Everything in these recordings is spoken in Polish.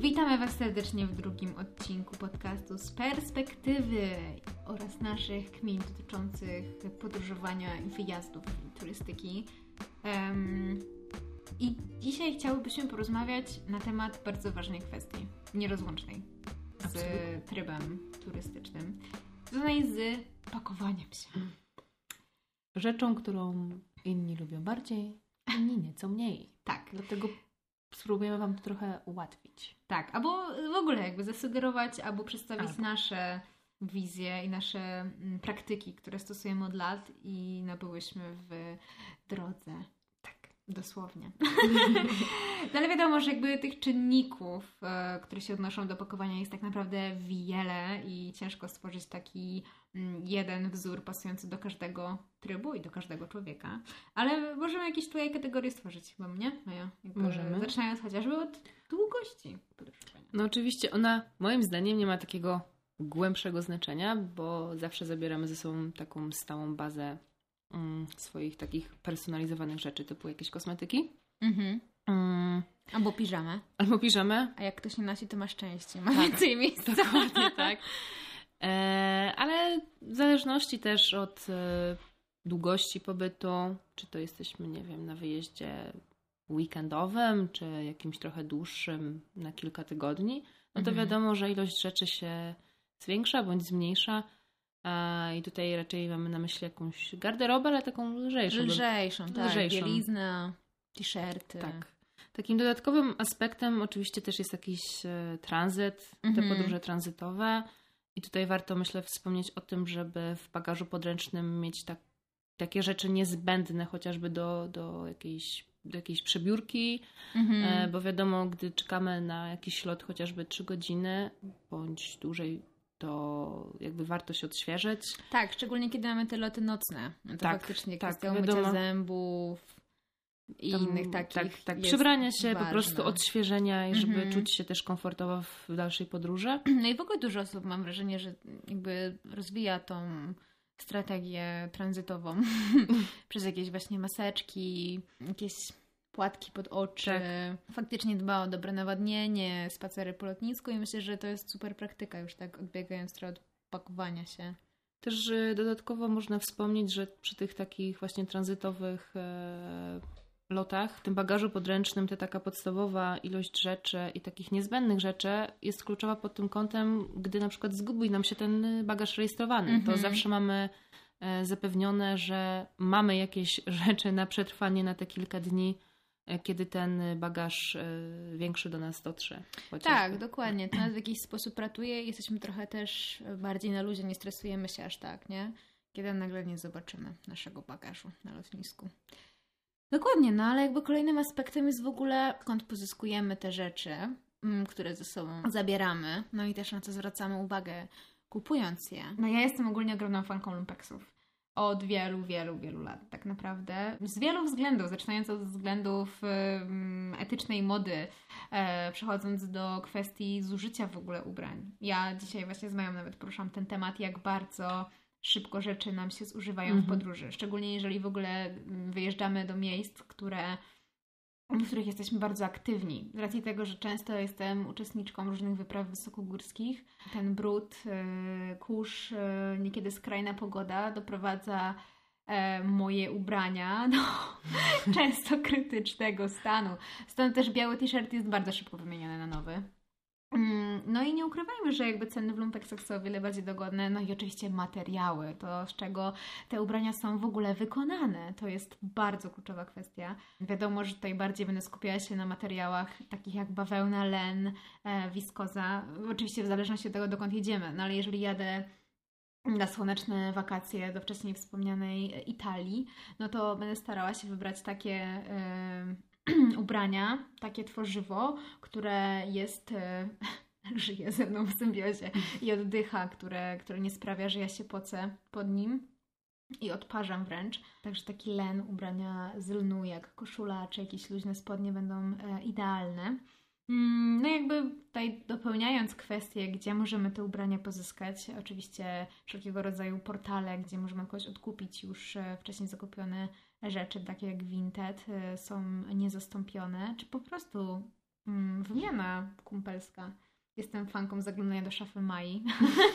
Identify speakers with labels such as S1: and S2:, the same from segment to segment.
S1: Witamy Was serdecznie w drugim odcinku podcastu z perspektywy oraz naszych kmin dotyczących podróżowania i wyjazdów i turystyki. I dzisiaj chciałybyśmy porozmawiać na temat bardzo ważnej kwestii, nierozłącznej z trybem turystycznym, związanej z pakowaniem się.
S2: Rzeczą, którą inni lubią bardziej, inni nieco mniej.
S1: Tak.
S2: Dlatego spróbujemy Wam to trochę ułatwić.
S1: Tak, albo w ogóle jakby zasugerować, albo przedstawić nasze wizje i nasze praktyki, które stosujemy od lat i nabyłyśmy w drodze. Tak, dosłownie. No ale wiadomo, że jakby tych czynników, które się odnoszą do pakowania, jest tak naprawdę wiele i ciężko stworzyć taki jeden wzór pasujący do każdego trybu i do każdego człowieka. Ale możemy jakieś tutaj kategorie stworzyć chyba, nie?
S2: Możemy.
S1: Zaczynając chociażby od długości podróżowania.
S2: No oczywiście ona moim zdaniem nie ma takiego głębszego znaczenia, bo zawsze zabieramy ze sobą taką stałą bazę swoich takich personalizowanych rzeczy, typu jakieś kosmetyki.
S1: Albo piżamę.
S2: Albo piżamę.
S1: A jak ktoś nie nosi, to ma szczęście. Ma więcej miejsca.
S2: Dokładnie tak. Ale w zależności też od długości pobytu, czy to jesteśmy, nie wiem, na wyjeździe weekendowym, czy jakimś trochę dłuższym na kilka tygodni, no to wiadomo, że ilość rzeczy się zwiększa bądź zmniejsza. I tutaj raczej mamy na myśli jakąś garderobę, ale taką lżejszą.
S1: Lżejszą. Bielizna, t-shirty.
S2: Tak. Takim dodatkowym aspektem oczywiście też jest jakiś tranzyt, te podróże tranzytowe. I tutaj warto, myślę, wspomnieć o tym, żeby w bagażu podręcznym mieć takie rzeczy niezbędne, chociażby do jakiejś przebiórki, bo wiadomo, gdy czekamy na jakiś lot chociażby 3 godziny bądź dłużej, to jakby warto się odświeżyć.
S1: Tak, szczególnie kiedy mamy te loty nocne. No to faktycznie kwestia
S2: wiadomo,
S1: umycia zębów i innych takich.
S2: Tak, przybrania się,
S1: ważne.
S2: Po prostu odświeżenia i żeby czuć się też komfortowo w dalszej podróży.
S1: No i w ogóle dużo osób, mam wrażenie, że jakby rozwija tą strategię tranzytową przez jakieś właśnie maseczki, jakieś płatki pod oczy. Tak. Faktycznie dba o dobre nawadnienie, spacery po lotnisku i myślę, że to jest super praktyka już tak odbiegając trochę od pakowania się.
S2: Też dodatkowo można wspomnieć, że przy tych takich właśnie tranzytowych lotach, w tym bagażu podręcznym ta taka podstawowa ilość rzeczy i takich niezbędnych rzeczy jest kluczowa pod tym kątem, gdy na przykład zgubi nam się ten bagaż rejestrowany. To zawsze mamy zapewnione, że mamy jakieś rzeczy na przetrwanie na te kilka dni, kiedy ten bagaż większy do nas dotrze.
S1: Tak, dokładnie. To nas w jakiś sposób ratuje i jesteśmy trochę też bardziej na luzie, nie stresujemy się aż tak, nie? Kiedy nagle nie zobaczymy naszego bagażu na lotnisku. Dokładnie, no ale jakby kolejnym aspektem jest w ogóle skąd pozyskujemy te rzeczy, które ze sobą zabieramy, no i też na co zwracamy uwagę kupując je. No ja jestem ogólnie ogromną fanką lumpeksów. Od wielu, wielu, wielu lat tak naprawdę. Z wielu względów, zaczynając od względów etycznej mody, przechodząc do kwestii zużycia w ogóle ubrań. Ja dzisiaj właśnie z Mają nawet poruszam ten temat, jak bardzo szybko rzeczy nam się zużywają w podróży. Szczególnie jeżeli w ogóle wyjeżdżamy do miejsc, w których jesteśmy bardzo aktywni. Z racji tego, że często jestem uczestniczką różnych wypraw wysokogórskich, ten brud, kurz, niekiedy skrajna pogoda doprowadza moje ubrania do często krytycznego stanu. Stąd też biały t-shirt jest bardzo szybko wymieniony na nowy. No i nie ukrywajmy, że jakby ceny w lumpeksach są o wiele bardziej dogodne. No i oczywiście materiały, to z czego te ubrania są w ogóle wykonane. To jest bardzo kluczowa kwestia. Wiadomo, że tutaj bardziej będę skupiała się na materiałach takich jak bawełna, len, wiskoza. Oczywiście w zależności od tego, dokąd jedziemy. No ale jeżeli jadę na słoneczne wakacje do wcześniej wspomnianej Italii, no to będę starała się wybrać takie ubrania, takie tworzywo, które żyje ze mną w symbiozie i oddycha, które nie sprawia, że ja się pocę pod nim i odparzam wręcz. Także taki len, ubrania z lnu, jak koszula czy jakieś luźne spodnie będą idealne. No jakby tutaj dopełniając kwestię, gdzie możemy te ubrania pozyskać, oczywiście wszelkiego rodzaju portale, gdzie możemy jakoś odkupić już wcześniej zakupione rzeczy, takie jak Vinted, są niezastąpione, czy po prostu wymiana kumpelska. Jestem fanką zaglądania do szafy Mai.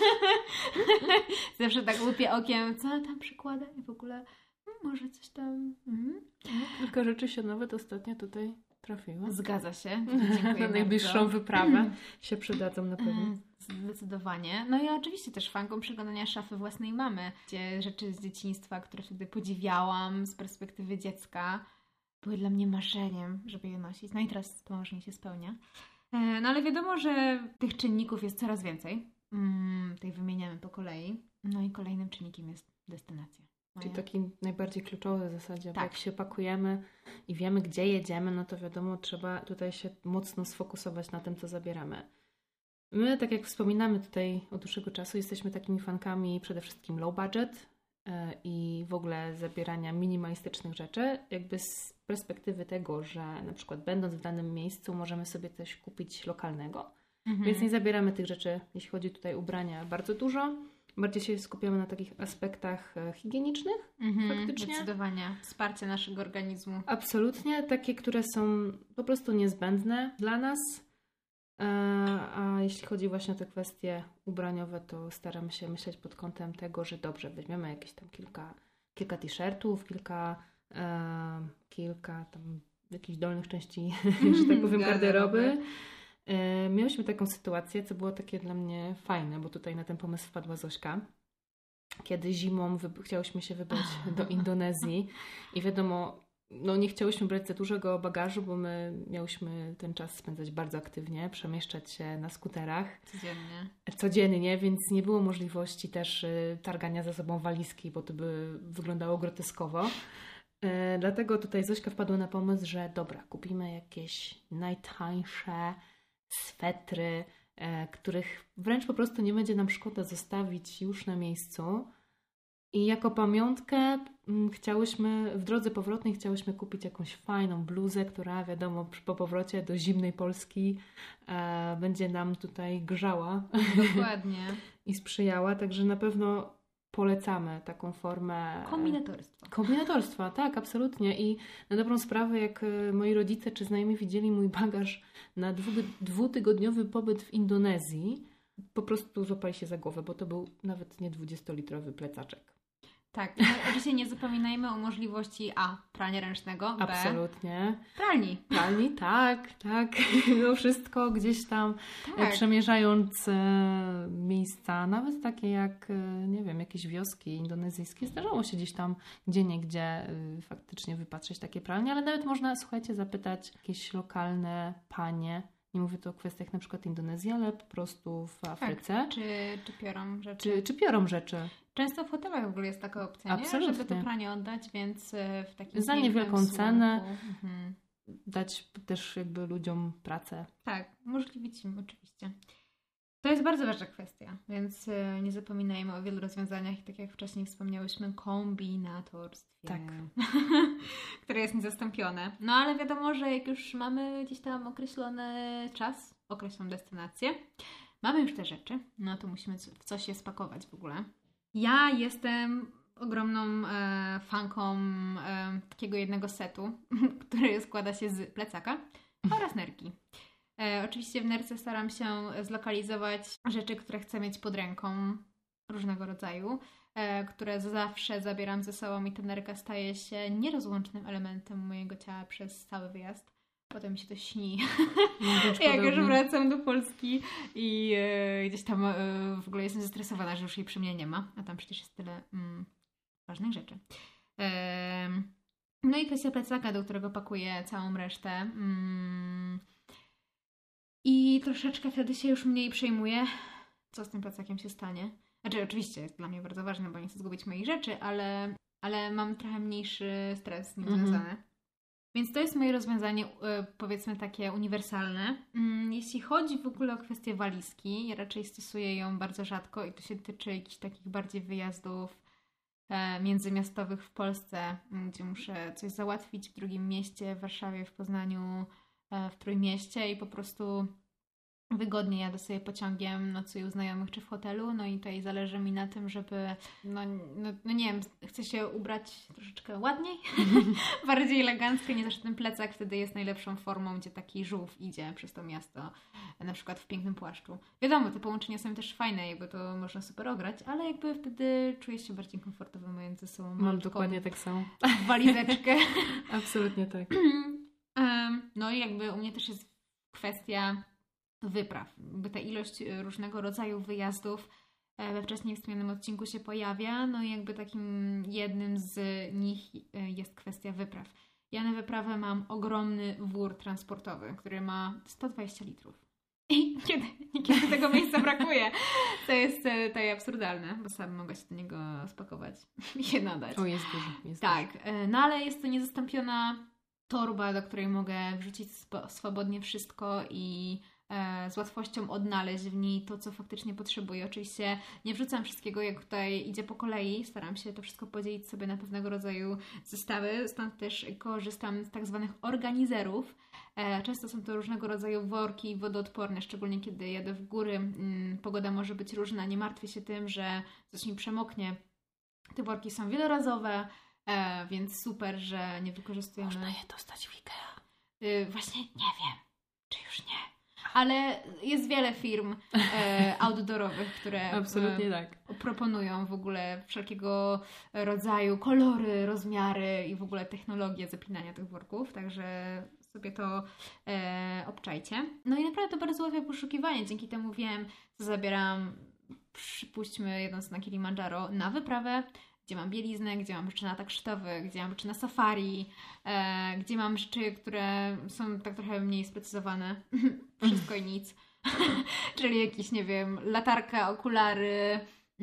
S1: Zawsze tak łupię okiem, co ona tam przykłada i w ogóle może coś tam...
S2: Kilka rzeczy się nawet ostatnio tutaj trafiło.
S1: Zgadza się.
S2: Na najbliższą wyprawę się przydadzą na pewno.
S1: Zdecydowanie. No i oczywiście też fanką przeglądania szafy własnej mamy, gdzie rzeczy z dzieciństwa, które wtedy podziwiałam z perspektywy dziecka, były dla mnie marzeniem, żeby je nosić. No i teraz to marzenie się spełnia. No ale wiadomo, że tych czynników jest coraz więcej. Tutaj wymieniamy po kolei. No i kolejnym czynnikiem jest destynacja.
S2: Czyli taki najbardziej kluczowy w zasadzie,
S1: tak.
S2: Bo jak się pakujemy i wiemy, gdzie jedziemy, no to wiadomo, trzeba tutaj się mocno sfokusować na tym, co zabieramy. My, tak jak wspominamy tutaj od dłuższego czasu, jesteśmy takimi fankami przede wszystkim low budget i w ogóle zabierania minimalistycznych rzeczy, jakby z perspektywy tego, że na przykład będąc w danym miejscu możemy sobie coś kupić lokalnego, więc nie zabieramy tych rzeczy, jeśli chodzi tutaj o ubrania, bardzo dużo. Bardziej się skupiamy na takich aspektach higienicznych, faktycznie.
S1: Zdecydowanie. Wsparcie naszego organizmu.
S2: Absolutnie. Takie, które są po prostu niezbędne dla nas. A jeśli chodzi właśnie o te kwestie ubraniowe, to staramy się myśleć pod kątem tego, że dobrze, weźmiemy jakieś tam kilka t-shirtów, kilka tam jakichś dolnych części, że tak powiem, garderoby. Miałyśmy taką sytuację, co było takie dla mnie fajne, bo tutaj na ten pomysł wpadła Zośka, kiedy zimą chciałyśmy się wybrać do Indonezji i wiadomo, no nie chciałyśmy brać za dużego bagażu, bo my miałyśmy ten czas spędzać bardzo aktywnie, przemieszczać się na skuterach. Codziennie, więc nie było możliwości też targania za sobą walizki, bo to by wyglądało groteskowo. Dlatego tutaj Zośka wpadła na pomysł, że dobra, kupimy jakieś najtańsze swetry, których wręcz po prostu nie będzie nam szkoda zostawić już na miejscu. I jako pamiątkę w drodze powrotnej chciałyśmy kupić jakąś fajną bluzę, która wiadomo po powrocie do zimnej Polski będzie nam tutaj grzała.
S1: Dokładnie.
S2: I sprzyjała, także na pewno polecamy taką formę kombinatorstwa, tak, absolutnie. I na dobrą sprawę, jak moi rodzice czy znajomi widzieli mój bagaż na dwutygodniowy pobyt w Indonezji, po prostu złapali się za głowę, bo to był nawet nie 20-litrowy plecaczek.
S1: Tak, no, oczywiście nie zapominajmy o możliwości prania ręcznego,
S2: Absolutnie.
S1: Pralni,
S2: tak. No wszystko gdzieś tam przemierzając miejsca, nawet takie jak, nie wiem, jakieś wioski indonezyjskie, zdarzało się gdzieś tam gdzieniegdzie faktycznie wypatrzeć takie pralnie, ale nawet można, słuchajcie, zapytać jakieś lokalne panie. Nie mówię tu o kwestiach na przykład Indonezji, ale po prostu w Afryce.
S1: Tak, czy piorą rzeczy.
S2: Czy piorą rzeczy.
S1: Często w hotelach w ogóle jest taka opcja,
S2: absolutnie,
S1: żeby to pranie oddać, więc w takim
S2: za niewielką cenę dać też jakby ludziom pracę.
S1: Tak, umożliwić im oczywiście. To jest bardzo ważna kwestia, więc nie zapominajmy o wielu rozwiązaniach i tak jak wcześniej wspomniałyśmy, kombinatorstwie,
S2: tak.
S1: które jest niezastąpione. No ale wiadomo, że jak już mamy gdzieś tam określony czas, określoną destynację, mamy już te rzeczy, no to musimy w coś je spakować w ogóle. Ja jestem ogromną fanką takiego jednego setu, który składa się z plecaka oraz nerki. Oczywiście w nerce staram się zlokalizować rzeczy, które chcę mieć pod ręką, różnego rodzaju, które zawsze zabieram ze sobą i ta nerka staje się nierozłącznym elementem mojego ciała przez cały wyjazd. Potem mi się to śni, jak już wracam do Polski i gdzieś tam w ogóle jestem zestresowana, że już jej przy mnie nie ma, a tam przecież jest tyle ważnych rzeczy. No i kwestia plecaka, do którego pakuję całą resztę. I troszeczkę wtedy się już mniej przejmuję, co z tym plecakiem się stanie. Znaczy oczywiście jest dla mnie bardzo ważne, bo nie chcę zgubić moich rzeczy, ale mam trochę mniejszy stres z nim związany. Więc to jest moje rozwiązanie, powiedzmy takie uniwersalne. Jeśli chodzi w ogóle o kwestię walizki, ja raczej stosuję ją bardzo rzadko i to się tyczy jakichś takich bardziej wyjazdów międzymiastowych w Polsce, gdzie muszę coś załatwić w drugim mieście, w Warszawie, w Poznaniu, w Trójmieście i po prostu wygodnie jadę sobie pociągiem, nocuję u znajomych czy w hotelu, no i tutaj zależy mi na tym, żeby, no nie wiem, chcę się ubrać troszeczkę ładniej, bardziej elegancko, nie zawsze ten plecak wtedy jest najlepszą formą, gdzie taki żółw idzie przez to miasto, na przykład w pięknym płaszczu. Wiadomo, te połączenia są też fajne, jakby to można super ograć, ale jakby wtedy czuję się bardziej komfortowo mając ze sobą
S2: Mam dokładnie tak samo.
S1: walizeczkę.
S2: Absolutnie tak.
S1: No i jakby u mnie też jest kwestia wypraw. By ta ilość różnego rodzaju wyjazdów we wcześniej wspomnianym odcinku się pojawia, no i jakby takim jednym z nich jest kwestia wypraw. Ja na wyprawę mam ogromny wór transportowy, który ma 120 litrów. I niekiedy tego miejsca brakuje. To jest tutaj absurdalne, bo sam mogę się do niego spakować i się nadać.
S2: O, jest dużo. Jest
S1: tak, no ale jest to niezastąpiona torba, do której mogę wrzucić swobodnie wszystko i z łatwością odnaleźć w niej to, co faktycznie potrzebuję. Oczywiście nie wrzucam wszystkiego, jak tutaj idzie po kolei. Staram się to wszystko podzielić sobie na pewnego rodzaju zestawy. Stąd też korzystam z tak zwanych organizerów. Często są to różnego rodzaju worki wodoodporne, szczególnie kiedy jadę w góry. Pogoda może być różna. Nie martwię się tym, że coś mi przemoknie. Te worki są wielorazowe, więc super, że nie wykorzystujemy...
S2: Można je dostać w IKEA.
S1: Właśnie nie wiem, czy już nie. Ale jest wiele firm outdoorowych, które
S2: Absolutnie tak.
S1: proponują w ogóle wszelkiego rodzaju kolory, rozmiary i w ogóle technologię zapinania tych worków, także sobie to obczajcie. No i naprawdę to bardzo łatwe poszukiwanie. Dzięki temu wiem, co zabieram, przypuśćmy jedąc na Kilimandżaro, na wyprawę, gdzie mam bieliznę, gdzie mam rzeczy na atak szczytowy, gdzie mam rzeczy na safari, gdzie mam rzeczy, które są tak trochę mniej sprecyzowane. Wszystko i nic. Czyli jakieś, nie wiem, latarka, okulary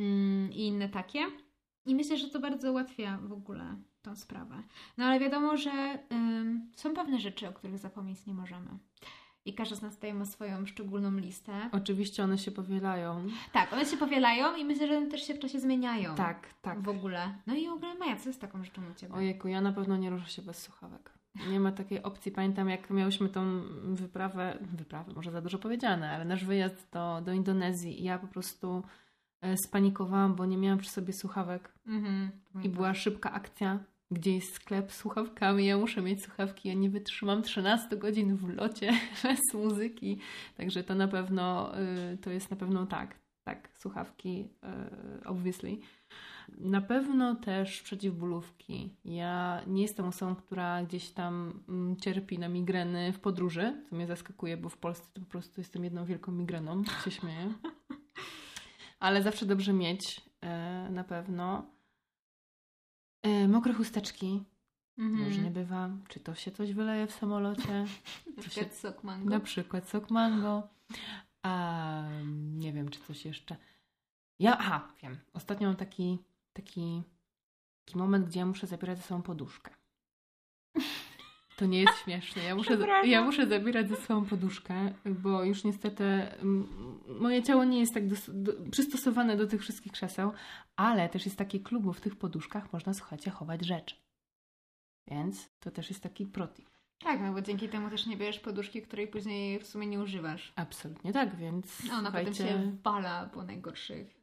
S1: i inne takie. I myślę, że to bardzo ułatwia w ogóle tą sprawę. No ale wiadomo, że są pewne rzeczy, o których zapomnieć nie możemy. I każdy z nas tutaj ma swoją szczególną listę.
S2: Oczywiście one się powielają.
S1: Tak, one się powielają i myślę, że one też się w czasie zmieniają.
S2: Tak, tak.
S1: W ogóle. No i w ogóle Maja, co jest taką rzeczą u Ciebie?
S2: Ojejku, ja na pewno nie ruszę się bez słuchawek. Nie ma takiej opcji. Pamiętam, jak miałyśmy tą wyprawę, może za dużo powiedziane, ale nasz wyjazd do Indonezji i ja po prostu spanikowałam, bo nie miałam przy sobie słuchawek. I była szybka akcja. Gdzie jest sklep z słuchawkami, ja muszę mieć słuchawki, ja nie wytrzymam 13 godzin w locie bez muzyki, także to na pewno, to jest na pewno tak, słuchawki, obviously. Na pewno też przeciwbólówki. Ja nie jestem osobą, która gdzieś tam cierpi na migreny w podróży, co mnie zaskakuje, bo w Polsce to po prostu jestem jedną wielką migreną, się śmieję. Ale zawsze dobrze mieć, na pewno. Mokre chusteczki. Różnie bywa. Czy to się coś wyleje w samolocie?
S1: Na
S2: przykład sok mango. Nie wiem, czy coś jeszcze. Wiem. Ostatnio mam taki moment, gdzie ja muszę zabierać ze sobą poduszkę. To nie jest śmieszne. Ja muszę zabierać ze sobą poduszkę, bo już niestety moje ciało nie jest tak przystosowane do tych wszystkich krzeseł, ale też jest taki klub, bo w tych poduszkach można, słuchajcie, chować rzeczy. Więc to też jest taki protip.
S1: Tak, no bo dzięki temu też nie bierzesz poduszki, której później w sumie nie używasz.
S2: Absolutnie tak, więc
S1: ona potem się wala po najgorszych.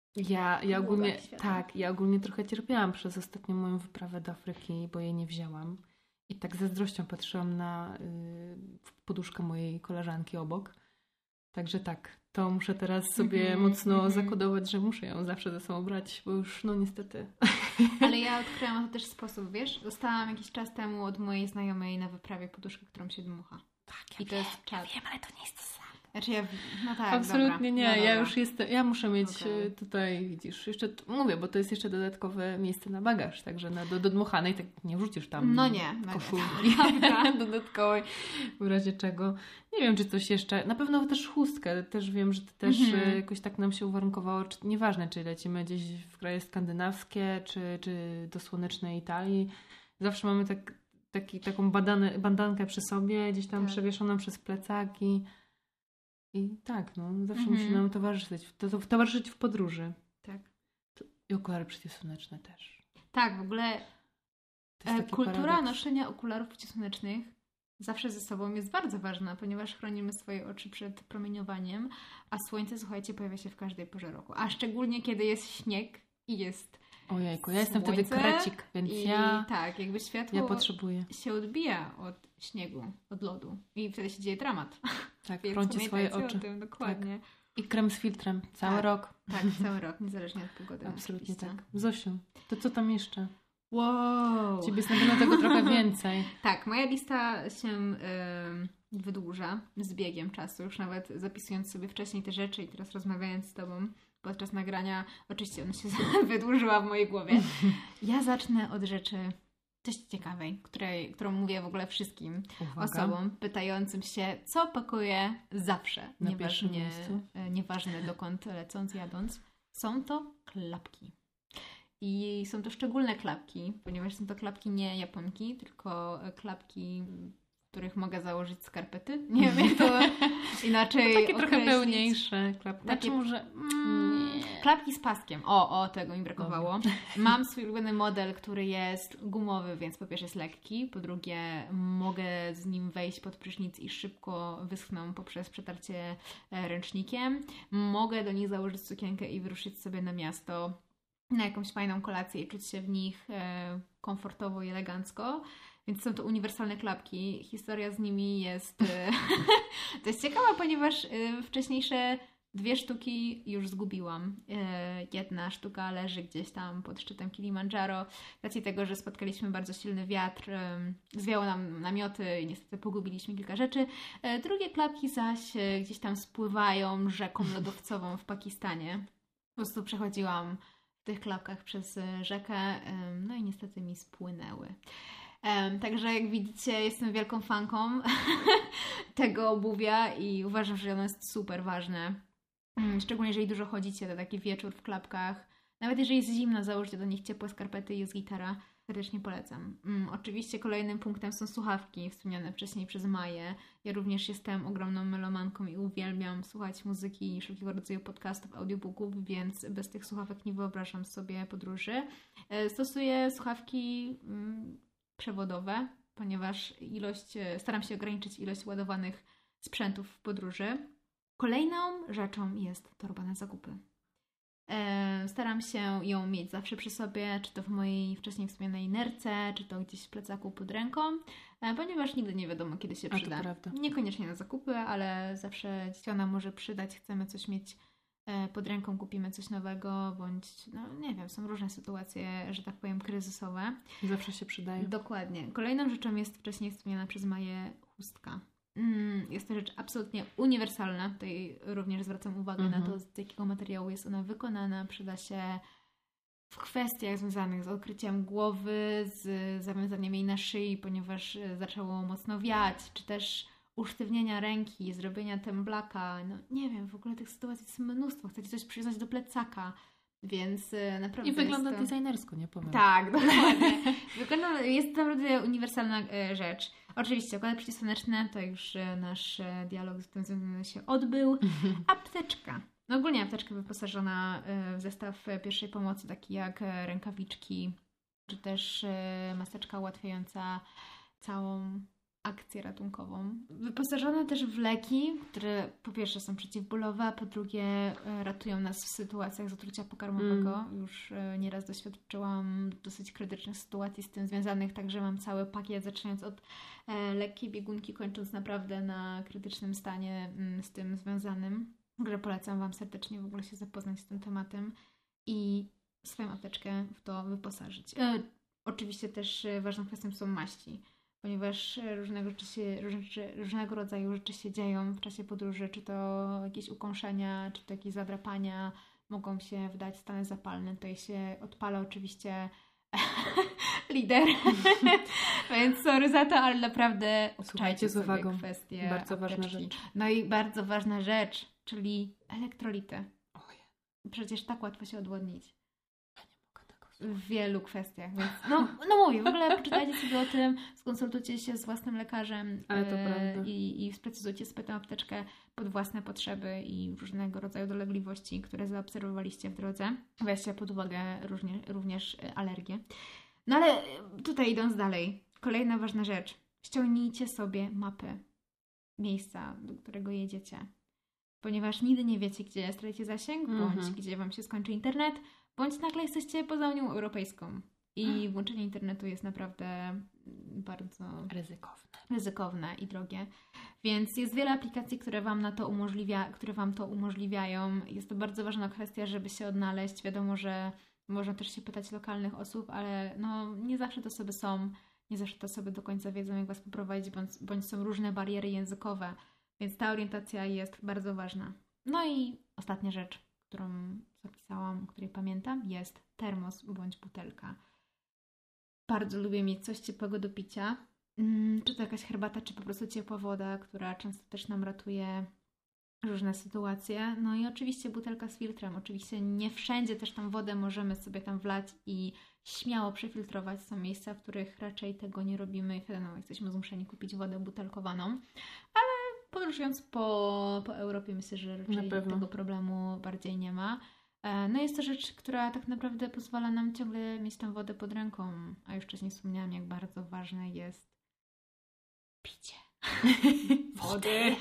S2: Ja ogólnie trochę cierpiałam przez ostatnią moją wyprawę do Afryki, bo jej nie wzięłam. I tak ze zazdrością patrzyłam na poduszkę mojej koleżanki obok. Także tak, to muszę teraz sobie mocno zakodować, że muszę ją zawsze ze sobą brać, bo już niestety.
S1: Ale ja odkryłam to też sposób, wiesz? Dostałam jakiś czas temu od mojej znajomej na wyprawie poduszkę, którą się dmucha.
S2: Tak,
S1: I to jest czas.
S2: Ja wiem, ale to nie jest to samo.
S1: Znaczy tak,
S2: absolutnie
S1: dobra.
S2: nie, ja już jestem, ja muszę mieć tutaj, widzisz, jeszcze mówię, bo to jest jeszcze dodatkowe miejsce na bagaż, także do dmuchanej tak nie wrzucisz tam koszulki dodatkowej, w razie czego. Nie wiem, czy coś jeszcze, na pewno też chustkę, też wiem, że to też jakoś tak nam się uwarunkowało, nieważne, czy lecimy gdzieś w kraje skandynawskie, czy do słonecznej Italii, zawsze mamy taką bandankę przy sobie, gdzieś tam przewieszoną przez plecaki. I tak, zawsze musi nam towarzyszyć w podróży.
S1: Tak.
S2: I okulary przeciwsłoneczne też.
S1: Tak, w ogóle kultura noszenia okularów przeciwsłonecznych zawsze ze sobą jest bardzo ważna, ponieważ chronimy swoje oczy przed promieniowaniem, a słońce, słuchajcie, pojawia się w każdej porze roku. A szczególnie, kiedy jest śnieg i jest
S2: Ojejku, ja jestem
S1: słońce
S2: wtedy krecik, więc
S1: tak, jakby światło
S2: ja potrzebuję.
S1: się odbija od śniegu, od lodu i wtedy się dzieje dramat.
S2: Tak,
S1: Więc
S2: chroncie swoje
S1: pamiętajcie
S2: oczy.
S1: o tym, dokładnie.
S2: Tak. I krem z filtrem, cały rok.
S1: Tak, cały rok, niezależnie od pogody.
S2: Absolutnie
S1: oczywiście.
S2: tak. Zosiu, to co tam jeszcze?
S1: Wow!
S2: Ciebie jest na pewno tego trochę więcej.
S1: Tak, moja lista się wydłuża z biegiem czasu, już nawet zapisując sobie wcześniej te rzeczy i teraz rozmawiając z Tobą podczas nagrania, oczywiście ona się wydłużyła w mojej głowie. Ja zacznę od rzeczy dość ciekawej, którą mówię w ogóle wszystkim osobom pytającym się, co pakuję zawsze, nieważne dokąd lecąc, jadąc. Są to klapki. I są to szczególne klapki, ponieważ są to klapki nie japonki, tylko klapki, w których mogę założyć skarpety. Nie wiem, jak to inaczej
S2: takie trochę
S1: określić.
S2: pełniejsze klapki.
S1: Takie
S2: może...
S1: Klapki z paskiem. O, tego mi brakowało. Mam swój ulubiony model, który jest gumowy, więc po pierwsze jest lekki, po drugie mogę z nim wejść pod prysznic i szybko wyschną poprzez przetarcie ręcznikiem. Mogę do nich założyć sukienkę i wyruszyć sobie na miasto na jakąś fajną kolację i czuć się w nich komfortowo i elegancko. Więc są to uniwersalne klapki. Historia z nimi jest to jest ciekawa, ponieważ wcześniejsze 2 sztuki już zgubiłam. Jedna sztuka leży gdzieś tam pod szczytem Kilimandżaro. Z racji tego, że spotkaliśmy bardzo silny wiatr, zwiało nam namioty i niestety pogubiliśmy kilka rzeczy. Drugie klapki zaś gdzieś tam spływają rzeką lodowcową w Pakistanie. Po prostu przechodziłam w tych klapkach przez rzekę, no i niestety mi spłynęły. Także jak widzicie, jestem wielką fanką tego obuwia i uważam, że ono jest super ważne. Szczególnie jeżeli dużo chodzicie, to taki wieczór w klapkach. Nawet jeżeli jest zimno, założcie do nich ciepłe skarpety i jest gitara. Serdecznie polecam. Oczywiście kolejnym punktem są słuchawki, wspomniane wcześniej przez Maję. Ja również jestem ogromną melomanką i uwielbiam słuchać muzyki i wszelkiego rodzaju podcastów, audiobooków, więc bez tych słuchawek nie wyobrażam sobie podróży. Stosuję słuchawki przewodowe, ponieważ staram się ograniczyć ilość ładowanych sprzętów w podróży. Kolejną rzeczą jest torba na zakupy. Staram się ją mieć zawsze przy sobie, czy to w mojej wcześniej wspomnianej nerce, czy to gdzieś w plecaku pod ręką, ponieważ nigdy nie wiadomo, kiedy się przyda.
S2: To prawda.
S1: Niekoniecznie na zakupy, ale zawsze się ona może przydać, chcemy coś mieć pod ręką, kupimy coś nowego, bądź, no nie wiem, są różne sytuacje, że tak powiem, kryzysowe.
S2: Zawsze się przydaje.
S1: Dokładnie. Kolejną rzeczą jest wcześniej wspomniana przez Maję chustka. Jest to rzecz absolutnie uniwersalna. Tutaj również zwracam uwagę na to, z jakiego materiału jest ona wykonana. Przyda się w kwestiach związanych z odkryciem głowy, z zawiązaniem jej na szyi, ponieważ zaczęło mocno wiać, czy też usztywnienia ręki, zrobienia temblaka. No nie wiem, w ogóle tych sytuacji jest mnóstwo. Chcecie coś przywiązać do plecaka. Więc naprawdę
S2: i wygląda designersko, nie powiem.
S1: Tak, dokładnie. Jest to naprawdę uniwersalna rzecz. Oczywiście okłady przeciwsłoneczne, to już nasz dialog z tym związany się odbył. Apteczka. No ogólnie apteczka wyposażona w zestaw pierwszej pomocy, taki jak rękawiczki, czy też maseczka ułatwiająca całą akcję ratunkową. Wyposażone też w leki, które po pierwsze są przeciwbólowe, a po drugie ratują nas w sytuacjach zatrucia pokarmowego. Już nieraz doświadczyłam dosyć krytycznych sytuacji z tym związanych, także mam cały pakiet, zaczynając od lekkiej biegunki, kończąc naprawdę na krytycznym stanie z tym związanym. W ogóle polecam Wam serdecznie w ogóle się zapoznać z tym tematem i swoją apteczkę w to wyposażyć. Oczywiście też ważną kwestią są maści, ponieważ różnego rodzaju rzeczy się dzieją w czasie podróży, czy to jakieś ukąszenia, czy to jakieś zadrapania, mogą się wdać stany zapalne. Tutaj się odpala oczywiście lider, więc sorry za to, ale naprawdę obczajcie
S2: z uwagą.
S1: Kwestie
S2: bardzo
S1: apteczki.
S2: ważna rzecz.
S1: No i bardzo ważna rzecz, czyli elektrolity. Przecież tak łatwo się odwodnić. W wielu kwestiach, więc no mówię, w ogóle poczytajcie sobie o tym, skonsultujcie się z własnym lekarzem i sprecyzujcie sobie tę apteczkę pod własne potrzeby i różnego rodzaju dolegliwości, które zaobserwowaliście w drodze. Weźcie pod uwagę również alergie. No ale tutaj idąc dalej, kolejna ważna rzecz, ściągnijcie sobie mapy miejsca, do którego jedziecie. Ponieważ nigdy nie wiecie, gdzie stracicie zasięg, bądź gdzie wam się skończy internet, bądź nagle jesteście poza Unią Europejską. I włączenie internetu jest naprawdę bardzo ryzykowne i drogie. Więc jest wiele aplikacji, które wam to umożliwiają. Jest to bardzo ważna kwestia, żeby się odnaleźć. Wiadomo, że można też się pytać lokalnych osób, ale no, nie zawsze te osoby są, nie zawsze te osoby do końca wiedzą, jak was poprowadzić, bądź są różne bariery językowe. Więc ta orientacja jest bardzo ważna. No i ostatnia rzecz, którą zapisałam, o której pamiętam, jest termos bądź butelka. Bardzo lubię mieć coś ciepłego do picia. Czy to jakaś herbata, czy po prostu ciepła woda, która często też nam ratuje różne sytuacje. No i oczywiście butelka z filtrem. Oczywiście nie wszędzie też tam wodę możemy sobie tam wlać i śmiało przefiltrować. Są miejsca, w których raczej tego nie robimy i wtedy jesteśmy zmuszeni kupić wodę butelkowaną. Ale podróżując po Europie myślę, że raczej tego problemu bardziej nie ma. No jest to rzecz, która tak naprawdę pozwala nam ciągle mieć tę wodę pod ręką. A już wcześniej wspomniałam, jak bardzo ważne jest picie wody.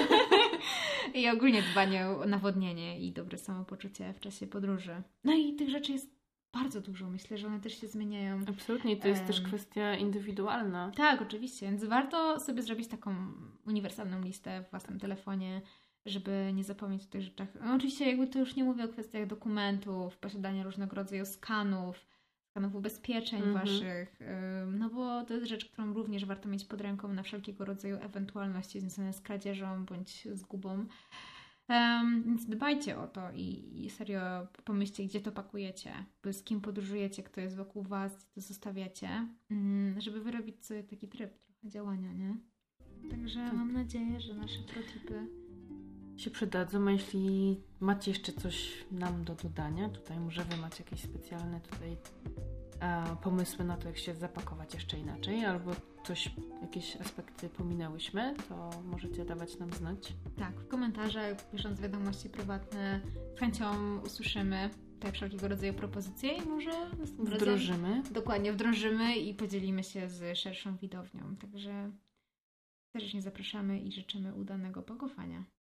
S1: I ogólnie dbanie o nawodnienie i dobre samopoczucie w czasie podróży. No i tych rzeczy jest bardzo dużo. Myślę, że one też się zmieniają.
S2: Absolutnie, to jest też kwestia indywidualna.
S1: Tak, oczywiście. Więc warto sobie zrobić taką uniwersalną listę w własnym telefonie, żeby nie zapomnieć o tych rzeczach. No, oczywiście jakby to już nie mówię o kwestiach dokumentów, posiadania różnego rodzaju skanów ubezpieczeń waszych, no bo to jest rzecz, którą również warto mieć pod ręką na wszelkiego rodzaju ewentualności związane z kradzieżą bądź zgubą. Więc dbajcie o to i serio pomyślcie, gdzie to pakujecie, z kim podróżujecie, kto jest wokół was, gdzie to zostawiacie, żeby wyrobić sobie taki tryb trochę działania, nie? Także mam nadzieję, że nasze protipy
S2: się przydadzą, a jeśli macie jeszcze coś nam do dodania, tutaj może wy macie jakieś specjalne pomysły na to, jak się zapakować jeszcze inaczej, albo jakieś aspekty pominęłyśmy, to możecie dawać nam znać.
S1: Tak, w komentarzach, pisząc wiadomości prywatne, z chęcią usłyszymy te wszelkiego rodzaju propozycje i może
S2: wdrożymy.
S1: Dokładnie, wdrożymy i podzielimy się z szerszą widownią. Także serdecznie zapraszamy i życzymy udanego pakowania.